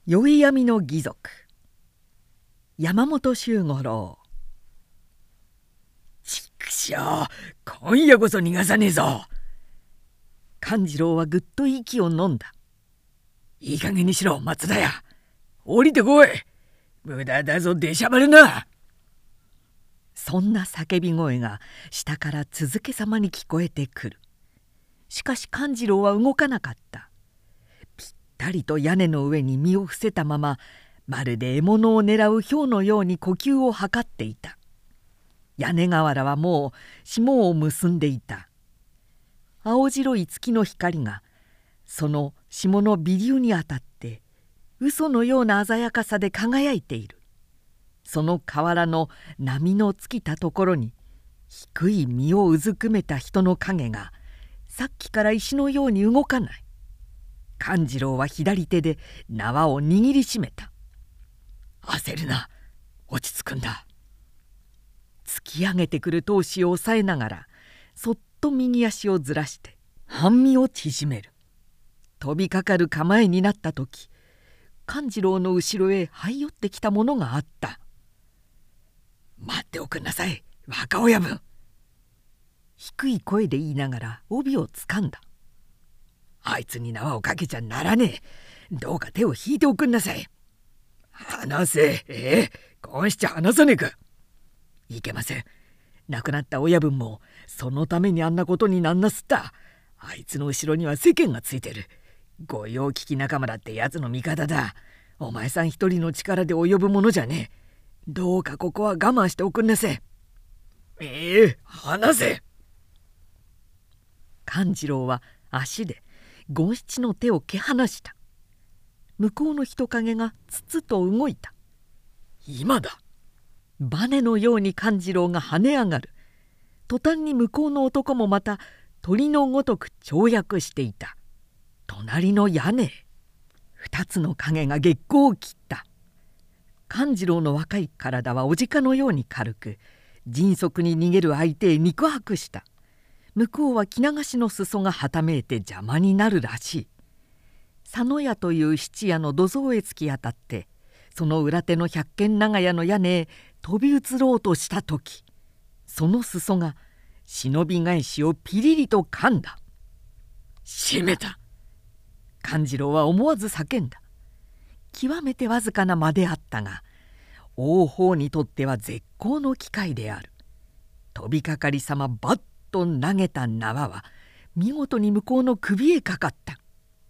宵闇の義賊山本周五郎。 ちくしょう、今夜こそ逃がさねえぞ。 勘次郎はぐっと息を飲んだ。 いい加減にしろ松田屋、降りてこい。無駄だぞ出しゃばるな。 そんな叫び声が下から続けさまに聞こえてくる。しかし勘次郎は動かなかった。ぴったりと屋根の上に身を伏せたまま、まるで獲物を狙う豹のように呼吸を図っていた。屋根瓦はもう霜を結んでいた。青白い月の光がその霜の微粒に当たって嘘のような鮮やかさで輝いている。その河原の波の尽きたところに低い身をうずくめた人の影がさっきから石のように動かない。勘次郎は左手で縄を握りしめた。 焦るな、落ち着くんだ。 突き上げてくる闘志を抑えながらそっと右足をずらして半身を縮める。飛びかかる構えになった時、勘次郎の後ろへ這い寄ってきたものがあった。 待っておくんなさい若親分。 低い声で言いながら帯をつかんだ。 あいつに縄をかけちゃならねえ。どうか手を引いておくんなさい。離せ。こうしちゃ離さねえか。いけません。亡くなった親分もそのためにあんなことになんなすった。あいつの後ろには世間がついてる。御用聞き仲間だってやつの味方だ。お前さん一人の力で及ぶものじゃねえ。どうかここは我慢しておくんなさい。離せ。 勘次郎は足で権七の手を蹴放した。向こうの人影がつつと動いた。 今だ。 バネのように勘次郎が跳ね上がる。途端に向こうの男もまた鳥のごとく跳躍していた。隣の屋根へ二つの影が月光を切った。勘次郎の若い体はおじかのように軽く、迅速に逃げる相手へ肉薄した。向こうは着流しの裾がはためいて邪魔になるらしい。佐野屋という質屋の土蔵へ突き当たって、その裏手の百軒長屋の屋根へ飛び移ろうとした時、その裾が忍び返しをピリリと噛んだ。 閉めた。 勘次郎は思わず叫んだ。極めてわずかな間であったが、王鵬にとっては絶好の機会である。飛びかかりさまバッと投げた縄は見事に向こうの首へかかった。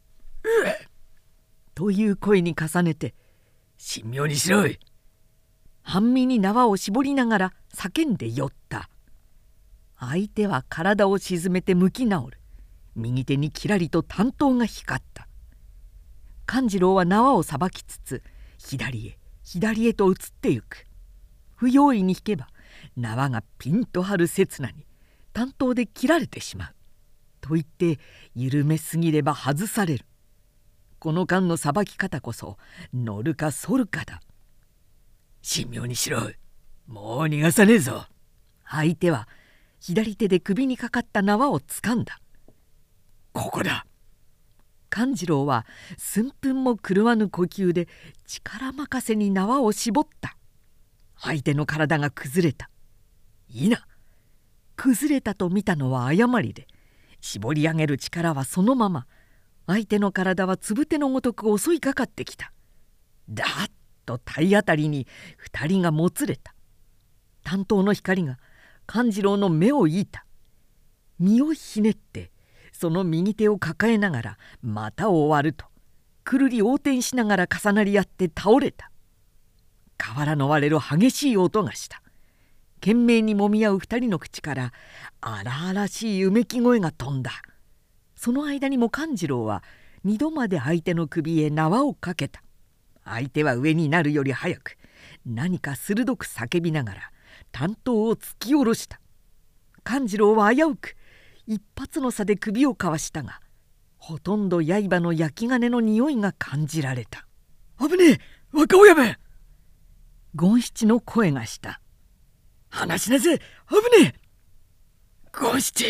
という声に重ねて神妙にしろい。 半身に縄を絞りながら叫んで寄った。相手は体を沈めて向き直る。右手にきらりと短刀が光った。勘次郎は縄をさばきつつ左へと移ってゆく。不用意に引けば縄がピンと張る刹那に短刀で切られてしまう。と言って緩めすぎれば外される。この間のさばき方こそ乗るか反るかだ。 神妙にしろ。もう逃がさねえぞ。 相手は左手で首にかかった縄をつかんだ。 ここだ。 勘次郎は寸分も狂わぬ呼吸で力任せに縄を絞った。相手の体が崩れた。いいな。崩れたと見たのは誤りで、絞り上げる力はそのまま。相手の体はつぶてのごとく襲いかかってきた。だっと体当たりに二人がもつれた。短刀の光が勘次郎の目を射た。身をひねってその右手を抱えながら股を割ると、くるり横転しながら重なり合って倒れた。瓦の割れる激しい音がした。懸命にもみ合う二人の口から荒々しいうめき声が飛んだ。その間にも勘次郎は二度まで相手の首へ縄をかけた。相手は上になるより早く何か鋭く叫びながら短刀を突き下ろした。勘次郎は危うく一発の差で首をかわしたが、ほとんど刃の焼き金の匂いが感じられた。 危ねえ若親分。 権七の声がした。 話しなせ。危ねえ権七。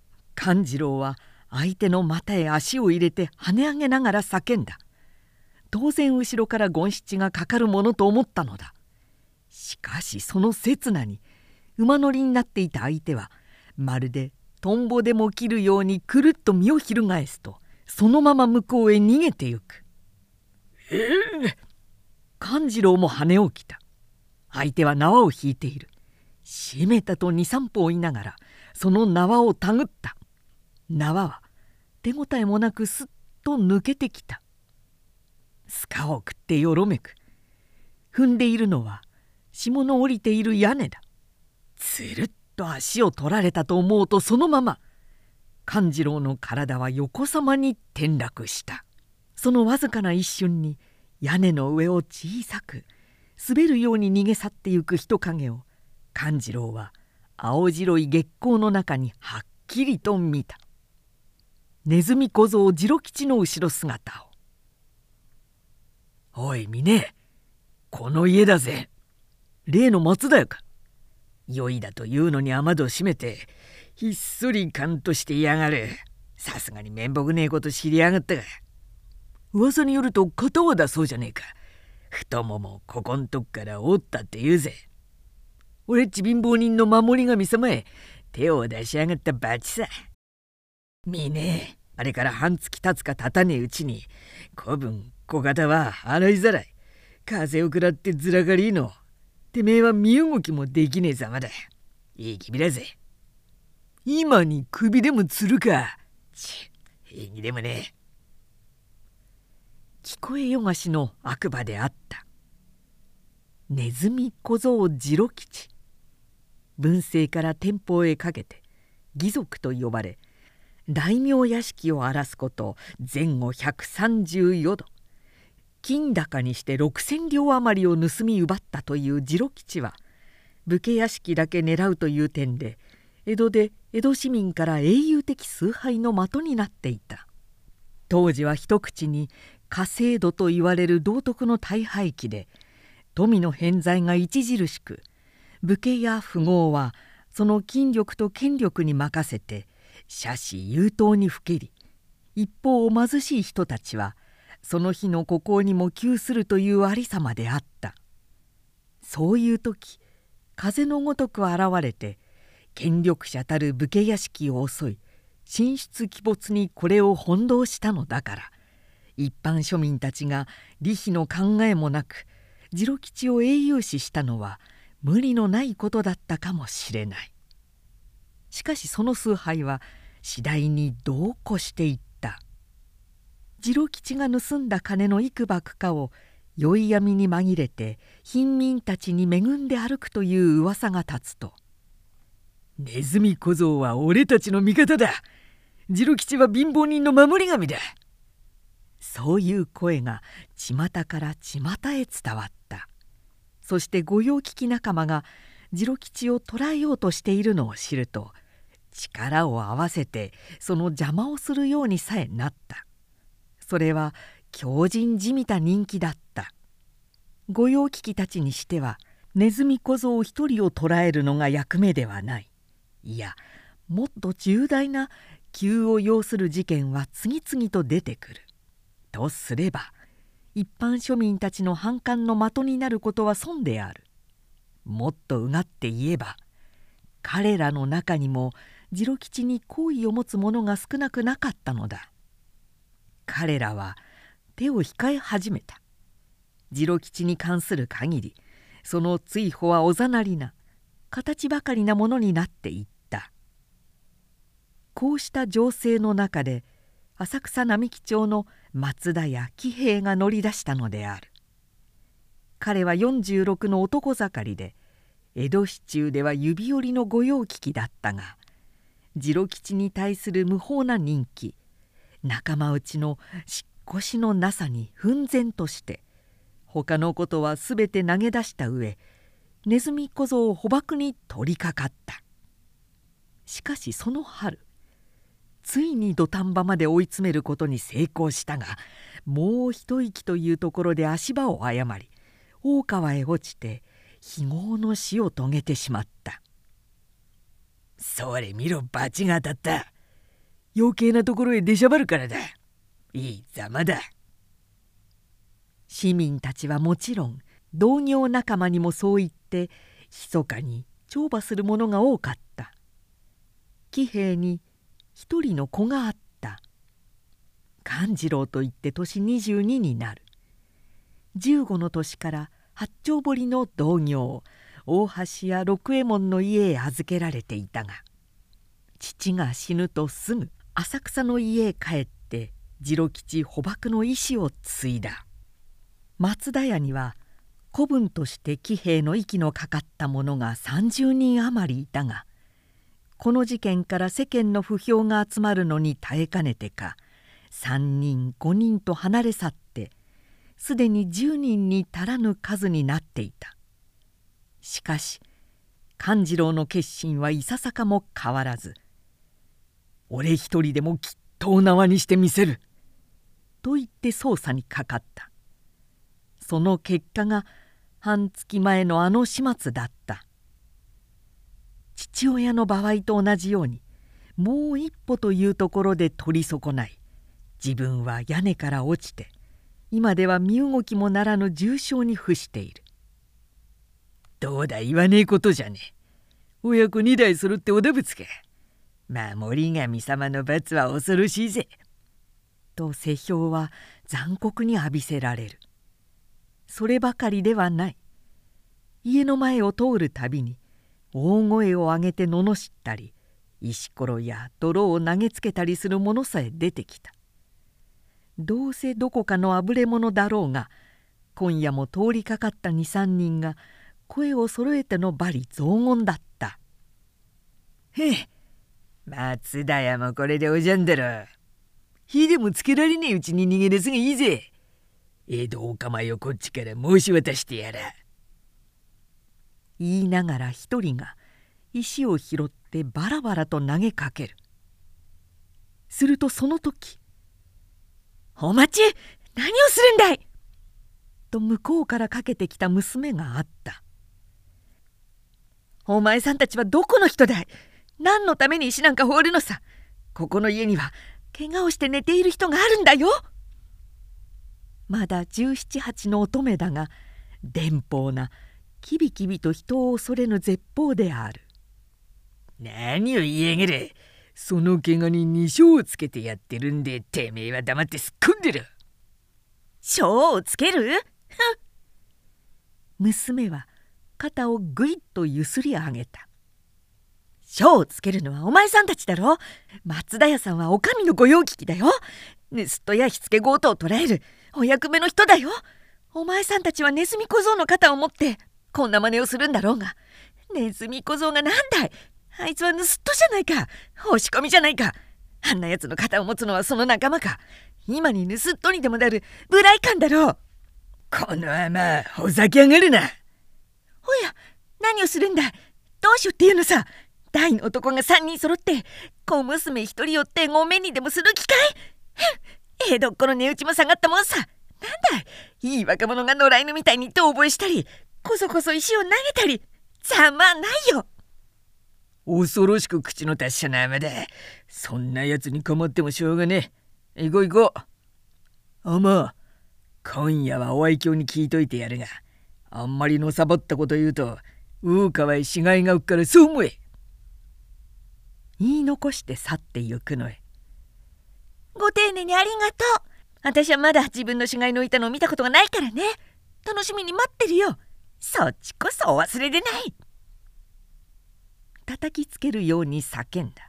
勘次郎は相手の股へ足を入れて跳ね上げながら叫んだ。 当然後ろから権七がかかるものと思ったのだ。しかしその刹那に馬乗りになっていた相手はまるでトンボでも切るようにくるっと身を翻すとそのまま向こうへ逃げてゆく。勘次郎も跳ね起きた。相手は縄を引いている。しめたと2、3歩追いながらその縄をたぐった。縄は手応えもなくすっと抜けてきた。スカを食ってよろめく。踏んでいるのは霜の降りている屋根だ。つるっと足を取られたと思うとそのまま勘次郎の体は横さまに転落した。そのわずかな一瞬に屋根の上を小さく滑るように逃げ去ってゆく人影を勘次郎は青白い月光の中にはっきりと見た。ネズミ小僧次郎吉の後ろ姿を。おい峰、この家だぜ。例の松だよか。酔いだというのに雨戸を閉めてひっそり勘としていやがる。さすがに面目ねえこと知りやがったが。噂によると片はだそうじゃねえか。太ももここんとこから折ったって言うぜ。俺っち貧乏人の守り神様へ手を出しやがったバチさ。みねえ、あれから半月経つか経たねえうちに子分小型は洗いざらい風を食らってずらがりの。てめえは身動きもできねえざまだ。いい気味だぜ。今に首でもつるか。縁起でもねえ。聞こえよがしの悪魔であった。ネズミ小僧次郎吉。文政から天保へかけて義賊と呼ばれ大名屋敷を荒らすこと前後134度、金高にして6,000両余りを盗み奪ったという次郎吉は武家屋敷だけ狙うという点で江戸で江戸市民から英雄的崇拝の的になっていた。当時は一口に家政度と言われる道徳の大廃期で富の偏在が著しく、武家や富豪はその筋力と権力に任せて奢侈優等にふけり、一方貧しい人たちはその日の孤高にも窮するというありさまであった。そういう時風のごとく現れて権力者たる武家屋敷を襲い神出鬼没にこれを翻弄したのだから、一般庶民たちが利妃の考えもなく次郎吉を英雄視したのは無理のないことだったかもしれない。しかしその崇拝は次第に度を越していった。次郎吉が盗んだ金の幾ばくかを宵闇に紛れて貧民たちに恵んで歩くという噂が立つと、ネズミ小僧は俺たちの味方だ。次郎吉は貧乏人の守り神だ。そういう声が巷から巷へ伝わった。そして御用聞き仲間が次郎吉を捕らえようとしているのを知ると、力を合わせてその邪魔をするようにさえなった。それは強靭じみた人気だった。御用聞きたちにしてはネズミ小僧一人を捕らえるのが役目ではない。いや、もっと重大な急を要する事件は次々と出てくる。とすれば一般庶民たちの反感の的になることは損である。もっとうがって言えば彼らの中にも次郎吉に好意を持つ者が少なくなかったのだ。彼らは手を控え始めた。次郎吉に関する限りその追捕はおざなりな形ばかりなものになっていった。こうした情勢の中で浅草並木町の松田屋喜兵衛が乗り出したのである。彼は46の男盛りで江戸市中では指折りの御用聞きだったが、次郎吉に対する無法な人気、仲間内のしっこしのなさに憤然として他のことはすべて投げ出した上、ネズミ小僧捕獲に取りかかった。しかしその春、ついに土壇場まで追い詰めることに成功したが、もう一息というところで足場を誤り大川へ落ちて非業の死を遂げてしまった。それ見ろ、罰が当たった。余計なところへ出しゃばるからだ。いいざまだ。 市民たちはもちろん同業仲間にもそう言って密かに懲罰する者が多かった。喜兵衛に一人の子があった。勘次郎といって年22になる。15の年から八丁堀の同業大橋や六右衛門の家へ預けられていたが、父が死ぬとすぐ浅草の家へ帰って次郎吉捕縛の意志を継いだ。松田屋には子分として喜兵衛の息のかかった者が30人余りいたが、この事件から世間の不評が集まるのに耐えかねてか、3人5人と離れ去ってすでに10人に足らぬ数になっていた。しかし勘次郎の決心はいささかも変わらず、俺一人でもきっとお縄にしてみせると言って捜査にかかった。その結果が半月前のあの始末だった。父親の場合と同じようにもう一歩というところで取り損ない、自分は屋根から落ちて今では身動きもならぬ重傷に伏している。 どうだ言わねえことじゃねえ。親子2代揃っておだぶつか。守り神様の罰は恐ろしいぜ。 と世評は残酷に浴びせられる。そればかりではない。家の前を通るたびに大声を上げて罵ったり、石ころや泥を投げつけたりする者さえ出てきた。どうせどこかのあぶれ者だろうが、今夜も通りかかった2、3人が声をそろえての罵詈雑言だった。 へえ、松田屋もこれでおじゃんだろ。火でもつけられねえうちに逃げ出すがいいぜ。江戸お構いをこっちから申し渡してやら。 言いながら一人が石を拾ってバラバラと投げかける。するとその時「お待ち、何をするんだい!」と向こうからかけてきた娘があった。「お前さんたちはどこの人だい？何のために石なんか放るのさ。ここの家には怪我をして寝ている人があるんだよ。」まだ17、18の乙女だが電報なキビキビと人を恐れぬ絶法である。 何を言いやがる。その怪我に2章をつけてやってるんで、てめえは黙ってすっ込んでる。 章をつける？娘は肩をぐいっとゆすり上げた。章をつけるのはお前さんたちだろ。松田屋さんはお上の御用聞きだよ。盗人や火付け強盗を捕らえるお役目の人だよ。お前さんたちはネズミ小僧の肩を持ってこんな真似をするんだろうが、ネズミ小僧がなんだい。あいつは盗人じゃないか、押し込みじゃないか。あんなやつの肩を持つのはその仲間か。今に盗人にでもなる無頼漢だろう。 この甘ほざきやがるな。 おや、何をするんだ。どうしようっていうのさ。大の男が3人揃って小娘1人寄ってごめんにでもする気かい。江戸っ子の値打ちも下がったもんさ。なんだいい若者が野良犬みたいに遠吠えしたりこそこそ石を投げたり、ざまないよ。 恐ろしく口の達者な甘だ。そんなやつに構ってもしょうがねえ。行こう行こう。甘、今夜はお愛嬌に聞いといてやるが、あんまりのさぼったこと言うと大川へ死骸が浮くからそう思え。 言い残して去ってゆくのへ。ご丁寧にありがとう。私はまだ自分の死骸の浮いたのを見たことがないからね。楽しみに待ってるよ。そっちこそお忘れでない。叩きつけるように叫んだ。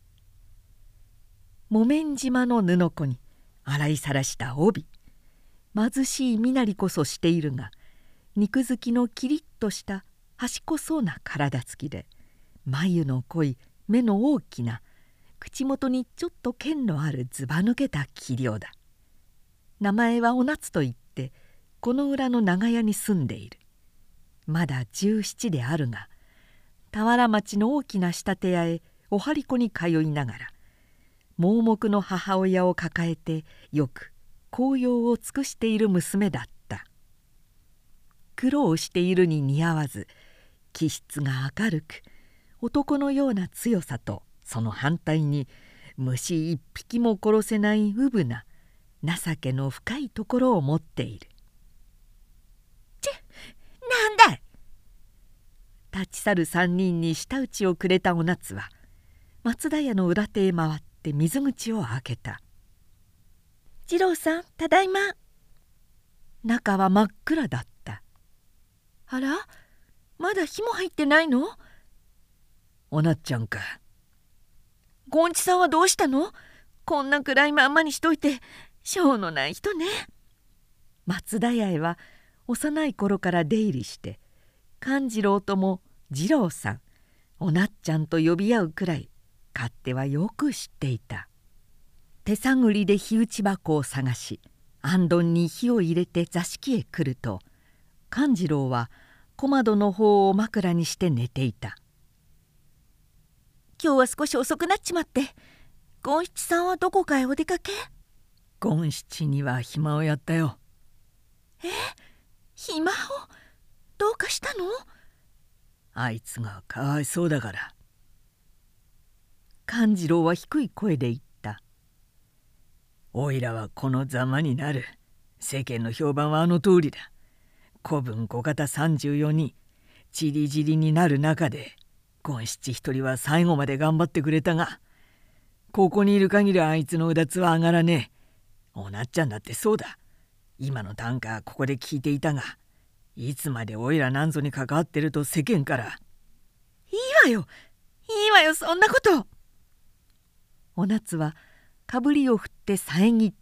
木綿島の布子に洗いさらした帯、貧しい身なりこそしているが肉付きのキリッとした賢そうな体つきで、眉の濃い目の大きな口元にちょっと剣のあるずば抜けた器量だ。名前はお夏といってこの裏の長屋に住んでいる。まだ17であるが俵町の大きな仕立て屋へお針子に通いながら盲目の母親を抱えてよく紅葉を尽くしている娘だった。苦労しているに似合わず気質が明るく男のような強さと、その反対に虫一匹も殺せないうぶな情けの深いところを持っている。 立ち去る3人に舌打ちをくれたお夏は松田屋の裏手へ回って水口を開けた。「次郎さん、ただいま。」中は真っ暗だった。「あら、まだ火も入ってないの？」。 おなっちゃんか。 ごんちさんはどうしたの？こんな暗いまんまにしといて、しょうのない人ね。松田屋へは幼い頃から出入りして勘次郎とも次郎さん、おなっちゃんと呼び合うくらい勝手はよく知っていた。手探りで火打ち箱を探し行灯に火を入れて座敷へ来ると、勘次郎は小窓の方を枕にして寝ていた。「今日は少し遅くなっちまって、権七さんはどこかへお出かけ？」。 権七には暇をやったよ。 暇を？どうかしたの？ あいつがかわいそうだから。 勘次郎は低い声で言った。 おいらはこのざまになる。世間の評判はあの通りだ。子分子方34人ちりぢりになる中で権七一人は最後まで頑張ってくれたが、ここにいる限りあいつのうだつは上がらねえ。おなっちゃんだってそうだ。今の短歌ここで聞いていたが、いつまでおいらなんぞに関わってると世間から 「いいわよ、いいわよ、そんなこと。」。お夏はかぶりを振って遮った。「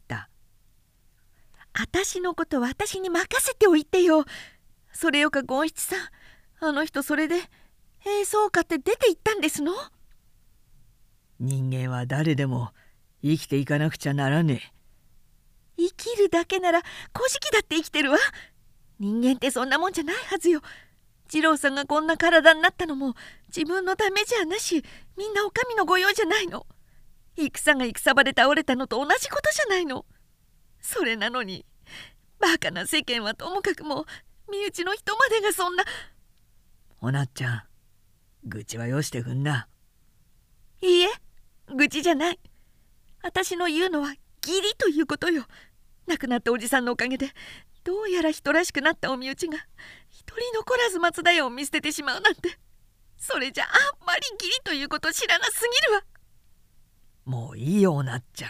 あたしのことは私に任せておいてよ。それよか権七さん、あの人それでそうかって出て行ったんですの？」。 人間は誰でも生きていかなくちゃならねえ。 生きるだけなら古事記だって生きてるわ。人間ってそんなもんじゃないはずよ。次郎さんがこんな体になったのも自分のためじゃなし、みんなお上の御用じゃないの。戦が戦場で倒れたのと同じことじゃないの。それなのにバカな世間はともかくも身内の人までがそんな。 おなっちゃん、愚痴はよしてくんな。 いいえ、愚痴じゃない。私の言うのは義理ということよ。亡くなったおじさんのおかげでどうやら人らしくなったお身内が一人残らず松田屋を見捨ててしまうなんて、それじゃあんまり義理ということ知らなすぎるわ。 もういいよおなっちゃん。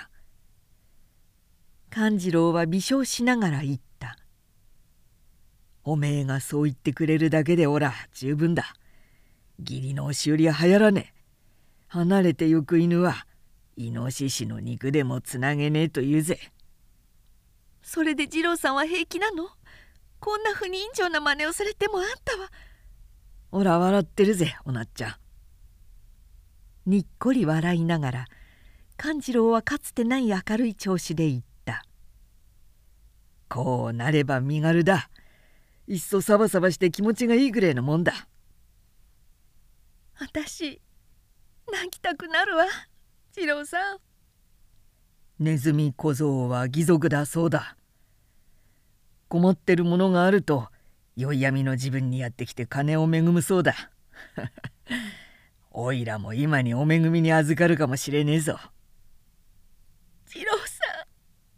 勘次郎は微笑しながら言った。 おめえがそう言ってくれるだけでおら十分だ。義理の押し売りは流行らねえ。離れてゆく犬はイノシシの肉でもつなげねえと言うぜ。 それで次郎さんは平気なの？こんな不人情な真似をされてもあんたは。 おら笑ってるぜおなっちゃん。 にっこり笑いながら勘次郎はかつてない明るい調子で言った。 こうなれば身軽だ。いっそサバサバして気持ちがいいぐらいのもんだ。 私泣きたくなるわ、次郎さん。 ネズミ小僧は義賊だそうだ。困ってるものがあると宵闇の自分にやってきて金を恵むそうだ。おいらも今にお恵みに預かるかもしれねえぞ。 次郎さん。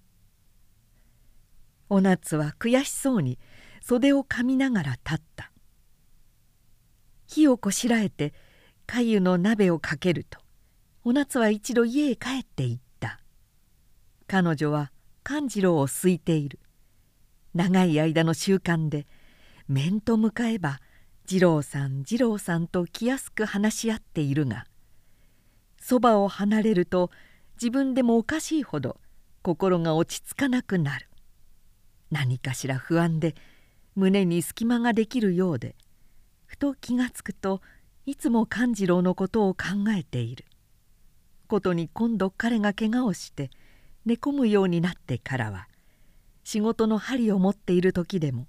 お夏は悔しそうに袖をかみながら立った。火をこしらえて粥の鍋をかけると、お夏は一度家へ帰っていった。彼女は勘次郎を好いている。長い間の習慣で面と向かえば次郎さん次郎さんと気安く話し合っているが、そばを離れると自分でもおかしいほど心が落ち着かなくなる。何かしら不安で胸に隙間ができるようで、ふと気がつくといつも勘次郎のことを考えていることに、今度彼が怪我をして寝込むようになってからは仕事の針を持っている時でも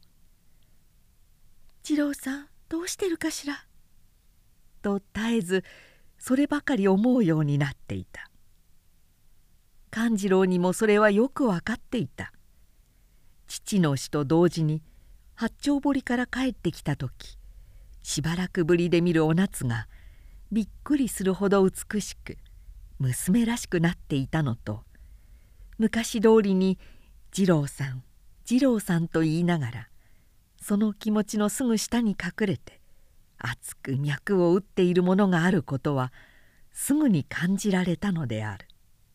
「次郎さんどうしてるかしら」と絶えずそればかり思うようになっていた。勘次郎にもそれはよく分かっていた。父の死と同時に八丁堀から帰ってきた時、しばらくぶりで見るお夏がびっくりするほど美しく娘らしくなっていたのと、昔通りに次郎さん次郎さんと言いながらその気持ちのすぐ下に隠れて熱く脈を打っているものがあることはすぐに感じられたのである。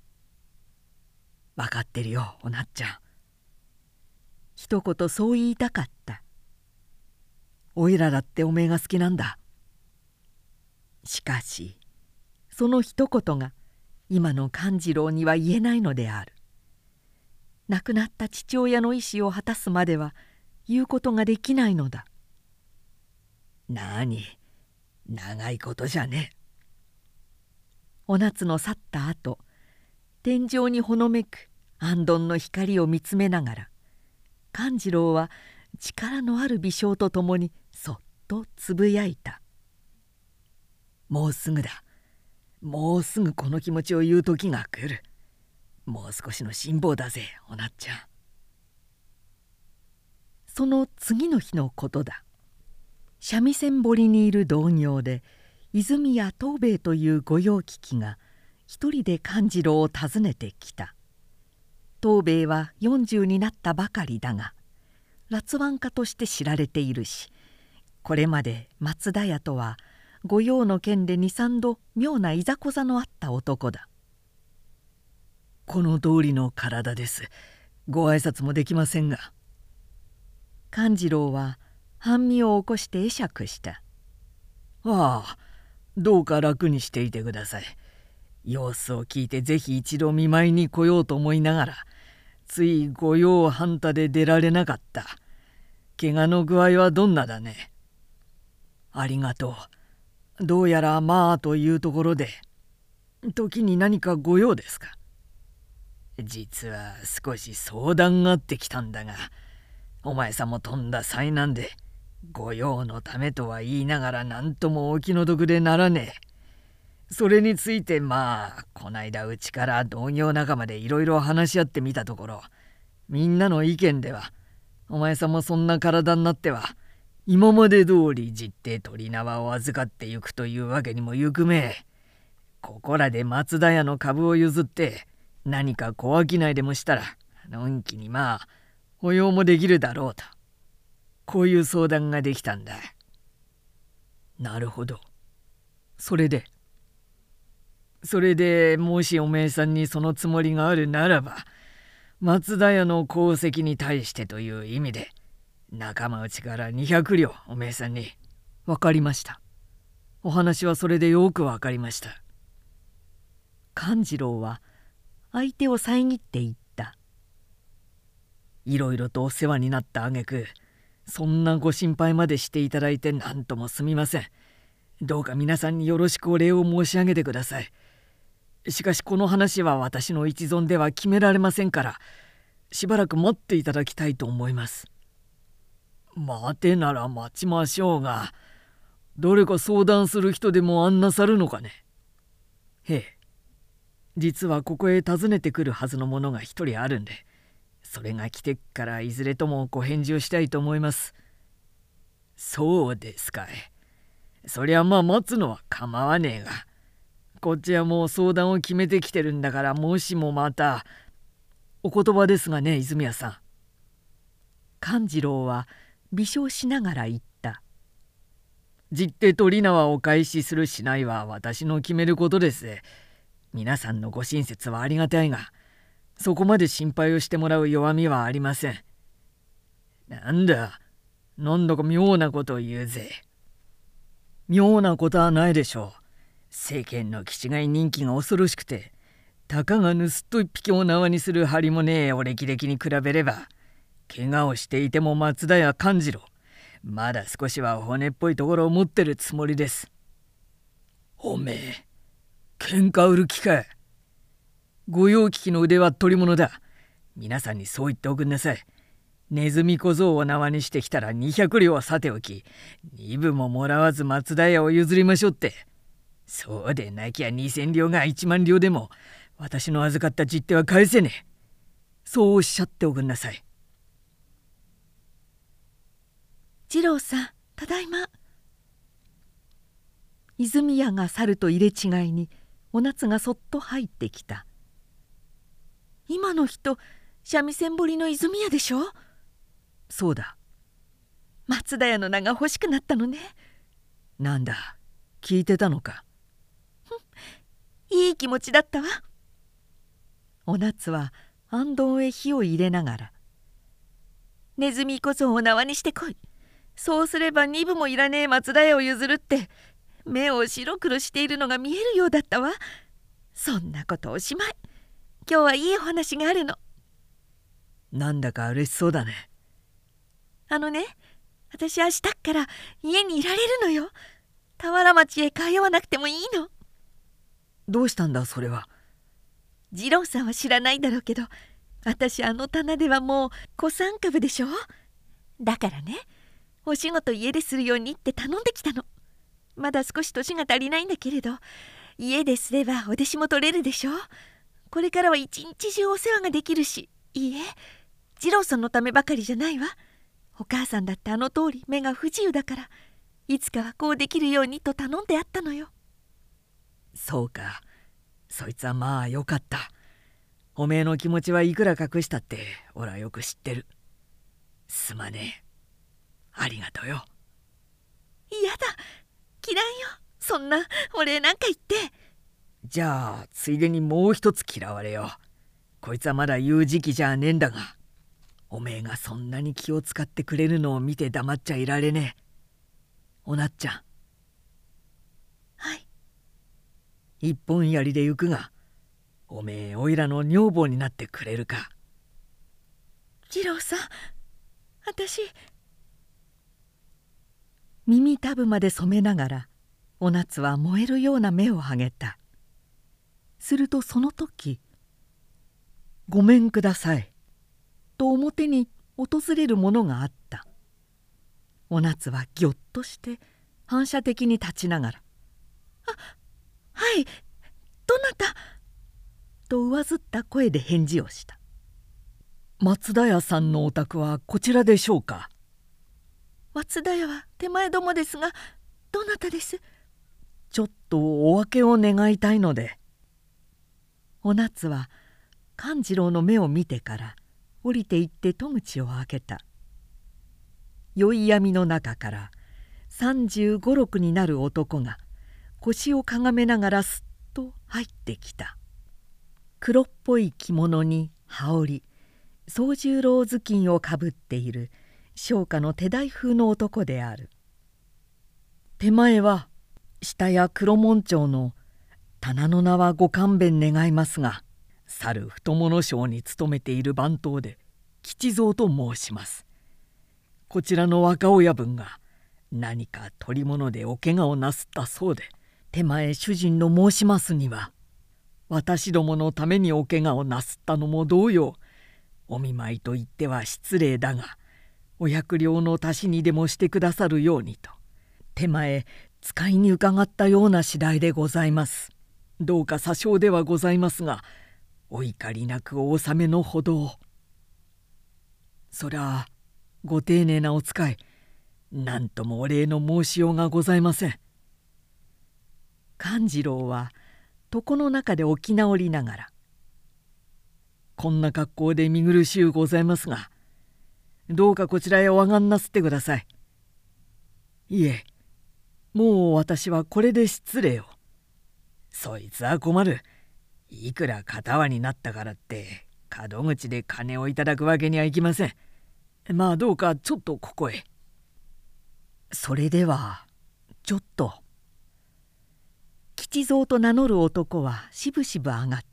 分かってるよ、おなっちゃん。 一言そう言いたかった。 おいらだっておめえが好きなんだ。 しかしその一言が今の勘次郎には言えないのである。亡くなった父親の意思を果たすまでは言うことができないのだ。 なに、長いことじゃねえ。 お夏の去ったあと、天井にほのめく行燈の光を見つめながら、勘次郎は力のある微笑とともにそっとつぶやいた。 もうすぐだ。もうすぐこの気持ちを言う時が来る。もう少しの辛抱だぜ、おなっちゃん。 その次の日のことだ。三味線堀にいる同業で泉屋藤兵衛という御用聞きが一人で勘次郎を訪ねてきた。藤兵衛は40になったばかりだが辣腕家として知られているし、これまで松田屋とは御用の件で23度妙ないざこざのあった男だ。 この通りの体です。ご挨拶もできませんが。 勘次郎は半身を起こして会釈した。 ああ、どうか楽にしていてください。様子を聞いてぜひ一度見舞いに来ようと思いながら、つい御用半多で出られなかった。怪我の具合はどんなだね。ありがとう。どうやらまあというところで、時に何か御用ですか。実は少し相談があってきたんだが、お前さんもとんだ災難で、御用のためとは言いながら何ともお気の毒でならねえ。それについてこないだうちから同業仲間でいろいろ話し合ってみたところ、みんなの意見では、お前さんもそんな体になっては、今まで通り実弟鳥縄を預かってゆくというわけにもゆくめえ。ここらで松田屋の株を譲って、何か小商いでもしたら、のんきに保養もできるだろうと。こういう相談ができたんだ。なるほど。それでもしおめえさんにそのつもりがあるならば、松田屋の功績に対してという意味で仲間内から200両おめえさんに。 分かりました。 お話はそれでよく分かりました。 勘次郎は相手を遮って言った。 いろいろとお世話になった挙句、そんなご心配までしていただいて何ともすみません。どうか皆さんによろしくお礼を申し上げてください。しかしこの話は私の一存では決められませんから、しばらく待っていただきたいと思います。待てなら待ちましょうが、どれか相談する人でも案なさるのかね。へえ、実はここへ訪ねてくるはずのものが一人あるんで、それが来てからいずれともご返事をしたいと思います。そうですかい。そりゃ待つのは構わねえが、こっちはもう相談を決めてきてるんだから、もしもまた。お言葉ですがね、泉谷さん。 勘次郎は微笑しながら言った。 実弟鳥縄をお返しするしないは私の決めることです。皆さんのご親切はありがたいが、そこまで心配をしてもらう弱みはありません。なんだか妙なことを言うぜ。妙なことはないでしょう。世間の気違い人気が恐ろしくて、たかが盗っ人一匹を縄にする張りもねえお歴々に比べれば、怪我をしていても松田屋勘次郎、まだ少しは骨っぽいところを持ってるつもりです。おめえ、喧嘩売る気か。御用聞きの腕は取り物だ。皆さんにそう言っておくんなさい。ネズミ小僧を縄にしてきたら200両はさておき、2分ももらわず松田屋を譲りましょうって。そうでなきゃ2000両が1万両でも私の預かった実弟は返せねえ。そうおっしゃっておくんなさい。 次郎さん、ただいま。泉屋が去ると入れ違いにお夏がそっと入ってきた。今の人、三味線堀の泉屋でしょ。 そうだ。 松田屋の名が欲しくなったのね。 なんだ、聞いてたのか。 いい気持ちだったわ。お夏は行灯へ火を入れながら、ネズミこそお縄にしてこい。そうすれば2分もいらねえ松平を譲るって目を白黒しているのが見えるようだったわ。そんなことおしまい。今日はいいお話があるの。 なんだか嬉しそうだね。 私明日から家にいられるのよ。田原町へ通わなくてもいいの。 どうしたんだそれは。 次郎さんは知らないだろうけど、私棚ではもう古参株でしょ。だからね、お仕事家でするようにって頼んできたの。まだ少し年が足りないんだけれど、家ですればお弟子も取れるでしょ。これからは一日中お世話ができるし。いいえ、次郎さんのためばかりじゃないわ。お母さんだって通り目が不自由だから、いつかはこうできるようにと頼んであったのよ。 そうか、そいつはまあよかった。おめえの気持ちはいくら隠したって俺はよく知ってる。すまねえ。ありがとうよ。 嫌だ、嫌いよ、そんなお礼なんか言って。 じゃあついでにもう一つ嫌われよ。こいつはまだ言う時期じゃねえんだが、おめえがそんなに気を使ってくれるのを見て黙っちゃいられねえ。おなっちゃん。 はい。 一本槍で行くが、おめえおいらの女房になってくれるか。 次郎さん、私。耳たぶまで染めながらお夏は燃えるような目を上げた。するとその時「ごめんください」と表に訪れるものがあった。お夏はぎょっとして反射的に立ちながら「はい、どなた?」と上ずった声で返事をした。 松田屋さんのお宅はこちらでしょうか。 松田屋は手前どもですが、どなたです？ ちょっとお分けを願いたいので。 お夏は勘次郎の目を見てから降りて行って戸口を開けた。宵闇の中から35、6になる男が腰をかがめながらすっと入ってきた。黒っぽい着物に羽織、宗十郎頭巾をかぶっている商家の手代風の男である。手前は下屋黒門町の棚の名はご勘弁願いますが、 去る太物商に勤めている番頭で吉蔵と申します。こちらの若親分が何か取り物でお怪我をなすったそうで、手前主人の申しますには、私どものためにお怪我をなすったのも同様、お見舞いと言っては失礼だが、お百両の足しにでもしてくださるようにと手前使いに伺ったような次第でございます。どうか些少ではございますが、お怒りなくお納めのほどを。そりゃご丁寧なお使い、何ともお礼の申しようがございません。 勘次郎は床の中で起き直りながら、 こんな格好で見苦しゅうございますが、どうかこちらへお上がんなすってください。いえ、もう私はこれで失礼を。そいつは困る。いくら片輪になったからって門口で金をいただくわけにはいきません。まあどうかちょっとここへ。 それではちょっと。吉蔵と名乗る男はしぶしぶ上がった。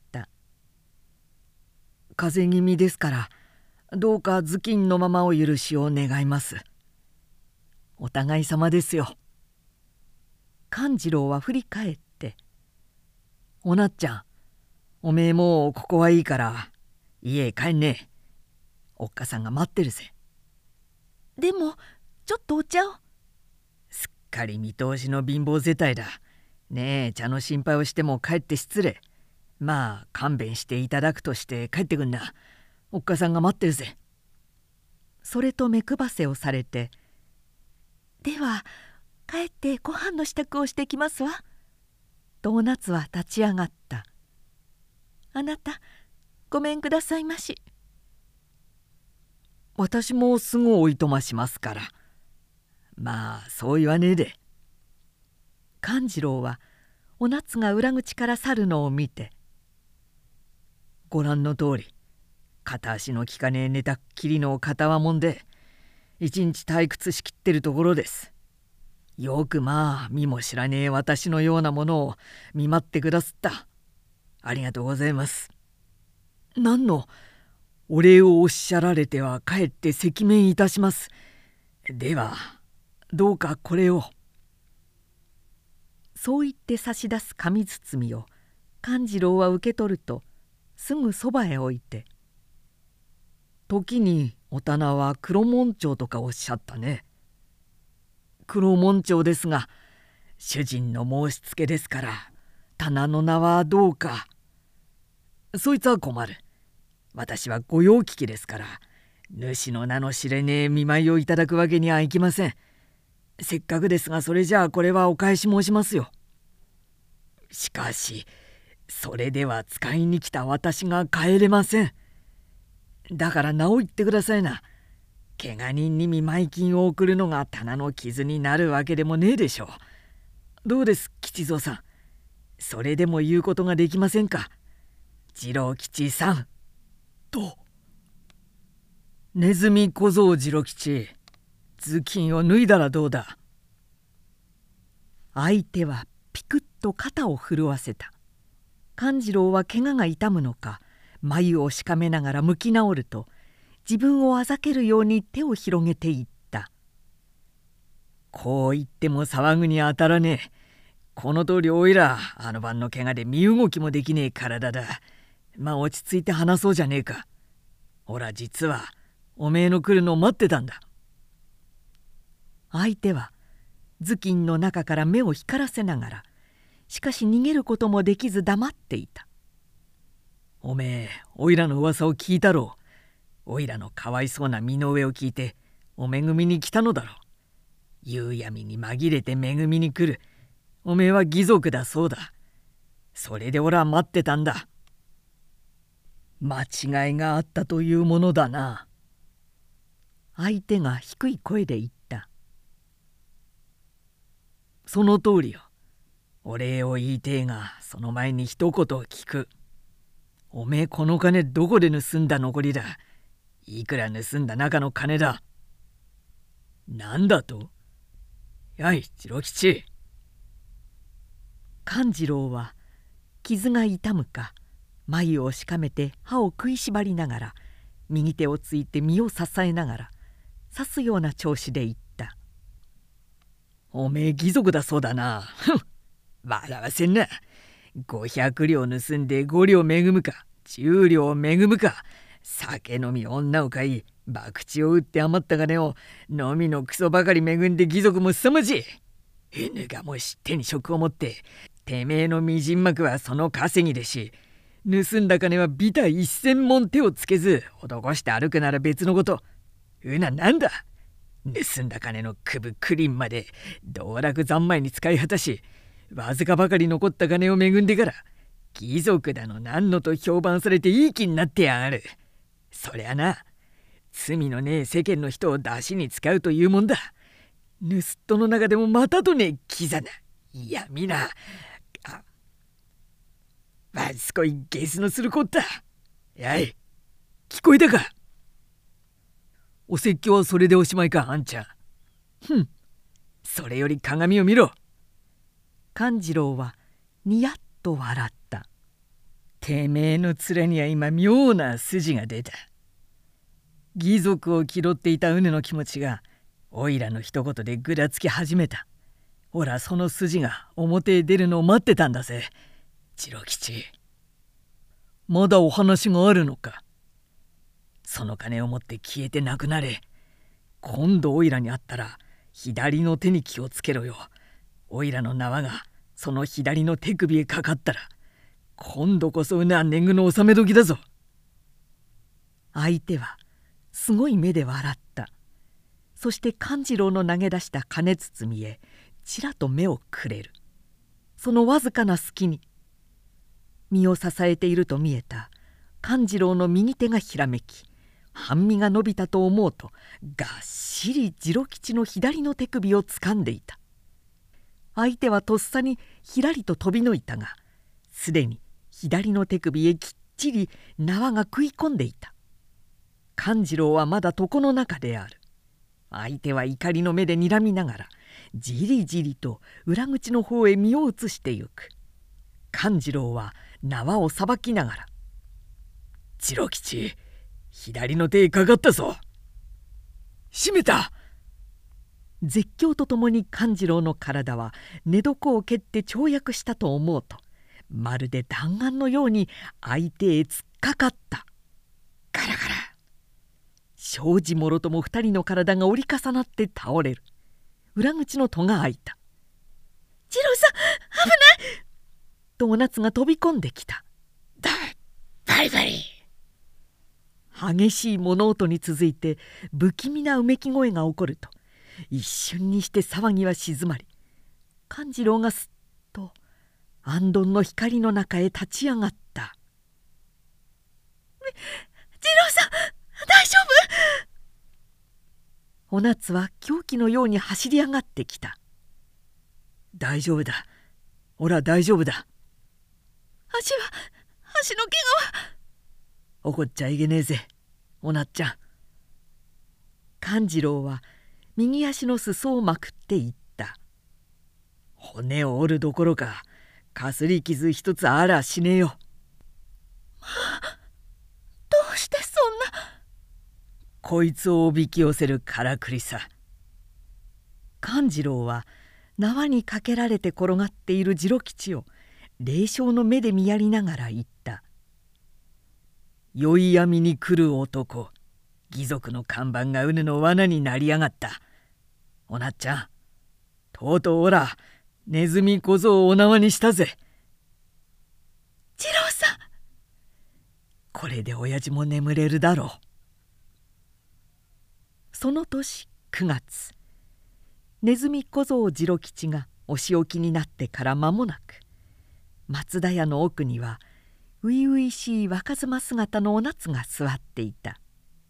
風邪気味ですから、どうか頭巾のままお許しを願います。お互い様ですよ。 勘次郎は振り返って 「おなっちゃん、おめえもうここはいいから家へ帰んねえ。おっかさんが待ってるぜ。」 でもちょっとお茶を。 すっかり見通しの貧乏世帯だ。ねえ、茶の心配をしても帰って失礼。まあ勘弁していただくとして帰ってくんな。おっかさんが待ってるぜ。 それと目配せをされて「では帰ってご飯の支度をしてきますわ」とお夏は立ち上がった。あなたごめんくださいまし。 私もすぐおいとましますから。まあそう言わねえで。 勘次郎はお夏が裏口から去るのを見て 「ご覧の通り片足の利かねえ寝たっきりの片輪もんで一日退屈しきってるところです。よくまあ見も知らねえ私のようなものを見舞ってくだすった。ありがとうございます。何のお礼をおっしゃられてはかえって赤面いたします。ではどうかこれを。」 そう言って差し出す紙包みを勘次郎は受け取るとすぐそばへ置いて 「時にお棚は黒紋帳とかおっしゃったね。黒紋帳ですが主人の申しつけですから棚の名はどうか。そいつは困る。私は御用聞きですから主の名の知れねえ見舞いをいただくわけにはいきません。せっかくですがそれじゃあこれはお返し申しますよ。しかしそれでは使いに来た私が帰れません。だから名を言ってくださいな。怪我人に見舞い金を送るのが棚の傷になるわけでもねえでしょう。どうです吉蔵さん。それでも言うことができませんか。次郎吉さん。と。ネズミ小僧次郎吉、頭巾を脱いだらどうだ。 相手はピクッと肩を震わせた。勘次郎は怪我が痛むのか眉をしかめながら向き直ると自分をあざけるように手を広げていった。 こう言っても騒ぐに当たらねえ。この通りおいらあの晩の怪我で身動きもできねえ体だ。まあ落ち着いて話そうじゃねえか。ほら実はおめえの来るのを待ってたんだ。 相手は頭巾の中から目を光らせながらしかし逃げることもできず黙っていた。 おめえおいらの噂を聞いたろう。おいらのかわいそうな身の上を聞いておめぐみに来たのだろう。夕闇に紛れてめぐみに来る。おめえは義賊だそうだ。それで俺は待ってたんだ。間違いがあったというものだな。 相手が低い声で言った。 その通りよ。お礼を言いてえがその前に一言聞く。おめえこの金どこで盗んだ残りだ。いくら盗んだ中の金だ。なんだと。やい次郎吉。 勘次郎は傷が痛むか眉をしかめて歯を食いしばりながら右手をついて身を支えながら刺すような調子で言った。 おめえ義賊だそうだな。笑わせんな。500両盗んで5両恵むか10両恵むか。酒飲み女を買い博打を打って余った金を飲みのクソばかり恵んで義賊も凄まじい。犬がもし手に職を持っててめえのみじん幕はその稼ぎでし、盗んだ金はビタ1000文手をつけず施して歩くなら別のこと。なんだ。盗んだ金のくぶくりんまで道楽三昧に使い果たしわずかばかり残った金を恵んでから義賊だの何のと評判されていい気になってやがる。そりゃな罪のねえ世間の人を出しに使うというもんだ。盗っ人の中でもまたとねえキザな。いや皆わすこいゲスのするこった。やい聞こえたか。お説教はそれでおしまいかあんちゃん。それより鏡を見ろ。 勘次郎はにやっと笑った。 てめえの面には今妙な筋が出た。義賊を気取っていたうねの気持ちがおいらの一言でぐらつき始めた。ほらその筋が表へ出るのを待ってたんだぜ。次郎吉、まだお話があるのか。その金を持って消えてなくなれ。今度おいらに会ったら左の手に気をつけろよ。おいらの縄がその左の手首へかかったら今度こそ年貢の納め時だぞ。 相手はすごい目で笑った。そして勘次郎の投げ出した金包みへちらと目をくれる。そのわずかな隙に身を支えていると見えた勘次郎の右手がひらめき半身が伸びたと思うとがっしり次郎吉の左の手首をつかんでいた。 相手はとっさにひらりと飛びのいたが、すでに左の手首へきっちり縄が食い込んでいた。勘次郎はまだ床の中である。相手は怒りの目で睨みながらじりじりと裏口の方へ身を移してゆく。勘次郎は縄をさばきながら 「次郎吉、左の手へかかったぞ。閉めた。」 絶叫とともに勘次郎の体は寝床を蹴って跳躍したと思うと、まるで弾丸のように相手へ突っかかった。ガラガラ。障子もろとも2人の体が折り重なって倒れる。裏口の戸が開いた。「次郎さん、危ない!」とお夏が飛び込んできた。 だ、バリバリ。 激しい物音に続いて不気味なうめき声が起こると、一瞬にして騒ぎは静まり、勘次郎がすっと行灯の光の中へ立ち上がった。「次郎さん、大丈夫？」お夏は狂気のように走り上がってきた。 「大丈夫だ。おら大丈夫だ。 足の怪我は？」 「怒っちゃいけねえぜ、おなっちゃん。」 勘次郎は右足の裾をまくって言った。 「骨を折るどころかかすり傷一つあらしねえよ。」 まあ、どうしてそんな。 こいつをおびき寄せるからくりさ。 勘次郎は縄にかけられて転がっている次郎吉を冷笑の目で見やりながら言った。 宵闇に来る男、義賊の看板が畝の罠になりやがった。おなっちゃん、とうとうおらネズミ小僧をお縄にしたぜ。 次郎さん、 これで親父も眠れるだろう。 その年9月、ネズミ小僧次郎吉がお仕置きになってから間もなく、松田屋の奥には初々しい若妻姿のお夏が座っていた。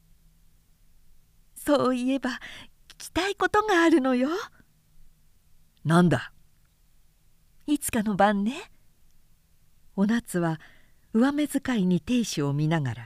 そういえば聞きたいことがあるのよ。 なんだ。 いつかの晩ね。お夏は上目遣いに亭主を見ながら、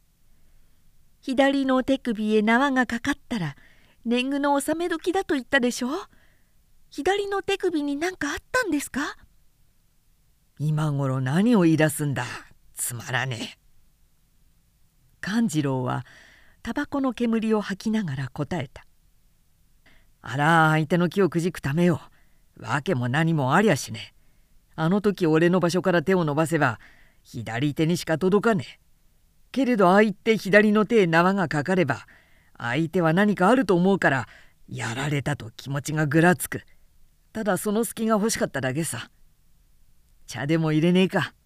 左の手首へ縄がかかったら年貢の納め時だと言ったでしょ。左の手首に何かあったんですか？ 今頃何を言い出すんだ、つまらねえ。 勘次郎はタバコの煙を吐きながら答えた。 あら、相手の気をくじくためよ。わけも何もありゃしねえ。あの時俺の場所から手を伸ばせば左手にしか届かねえ。けれど相手左の手へ縄がかかれば相手は何かあると思うからやられたと気持ちがぐらつく。ただその隙が欲しかっただけさ。茶でも入れねえか。